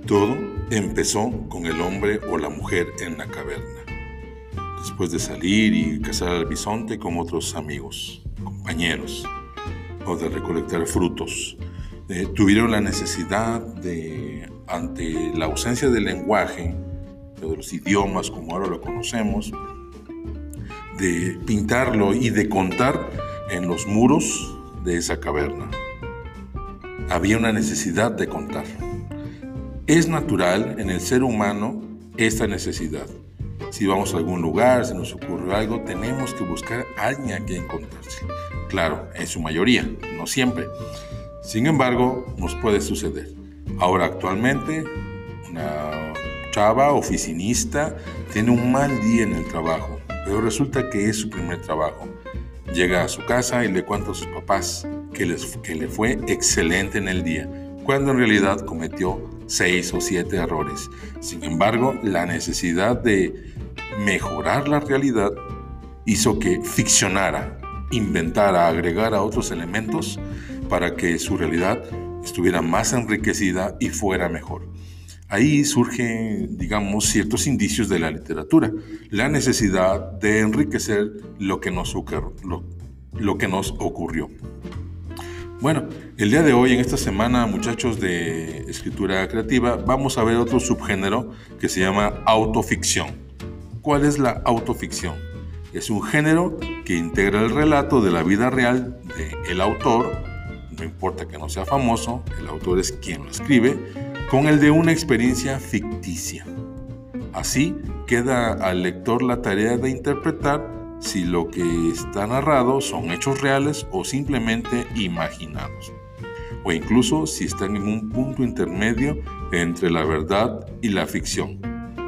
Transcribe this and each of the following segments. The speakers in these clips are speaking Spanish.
Todo empezó con el hombre o la mujer en la caverna, después de salir y cazar al bisonte con otros amigos, compañeros, o de recolectar frutos. Tuvieron la necesidad de, ante la ausencia del lenguaje, de los idiomas como ahora lo conocemos, de pintarlo y de contar en los muros de esa caverna. Había una necesidad de contar. Es natural en el ser humano esta necesidad. Si vamos a algún lugar, si nos ocurre algo, tenemos que buscar a alguien a quien contarse. Claro, en su mayoría, no siempre. Sin embargo, nos puede suceder. Ahora, actualmente, una chava oficinista tiene un mal día en el trabajo, pero resulta que es su primer trabajo. Llega a su casa y le cuenta a sus papás que le fue excelente en el día, cuando en realidad cometió 6 o 7 errores. Sin embargo, la necesidad de mejorar la realidad hizo que ficcionara, inventara, agregara otros elementos para que su realidad estuviera más enriquecida y fuera mejor. Ahí surgen, ciertos indicios de la literatura, la necesidad de enriquecer lo que nos ocurrió. Bueno, el día de hoy, en esta semana, muchachos de escritura creativa, vamos a ver otro subgénero que se llama autoficción. ¿Cuál es la autoficción? Es un género que integra el relato de la vida real del autor, no importa que no sea famoso, el autor es quien lo escribe, con el de una experiencia ficticia. Así queda al lector la tarea de interpretar si lo que está narrado son hechos reales o simplemente imaginados, o incluso si están en un punto intermedio entre la verdad y la ficción.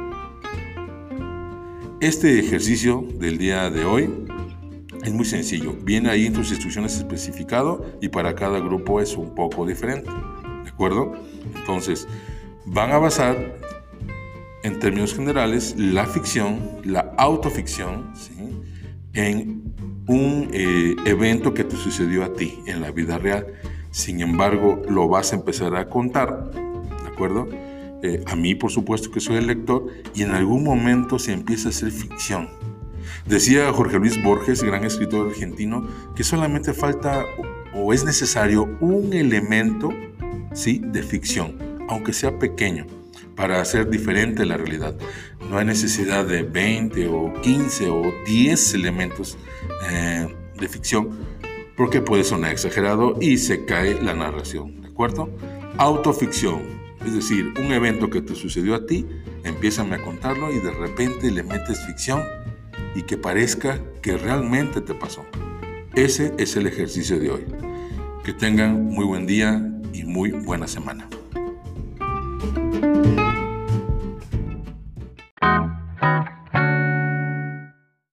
Este ejercicio del día de hoy es muy sencillo, viene ahí en tus instrucciones especificado y para cada grupo es un poco diferente, ¿de acuerdo? Entonces, van a basar en términos generales la ficción, la autoficción, ¿sí?, en un evento que te sucedió a ti en la vida real. Sin embargo, lo vas a empezar a contar, ¿de acuerdo? A mí, por supuesto, que soy el lector, y en algún momento se empieza a hacer ficción. Decía Jorge Luis Borges, gran escritor argentino, que solamente falta o es necesario un elemento, ¿sí?, de ficción, aunque sea pequeño, para hacer diferente la realidad. No hay necesidad de 20 o 15 o 10 elementos de ficción, porque puede sonar exagerado y se cae la narración, ¿de acuerdo? Autoficción, es decir, un evento que te sucedió a ti, empiézame a contarlo y de repente le metes ficción y que parezca que realmente te pasó. Ese es el ejercicio de hoy. Que tengan muy buen día y muy buena semana.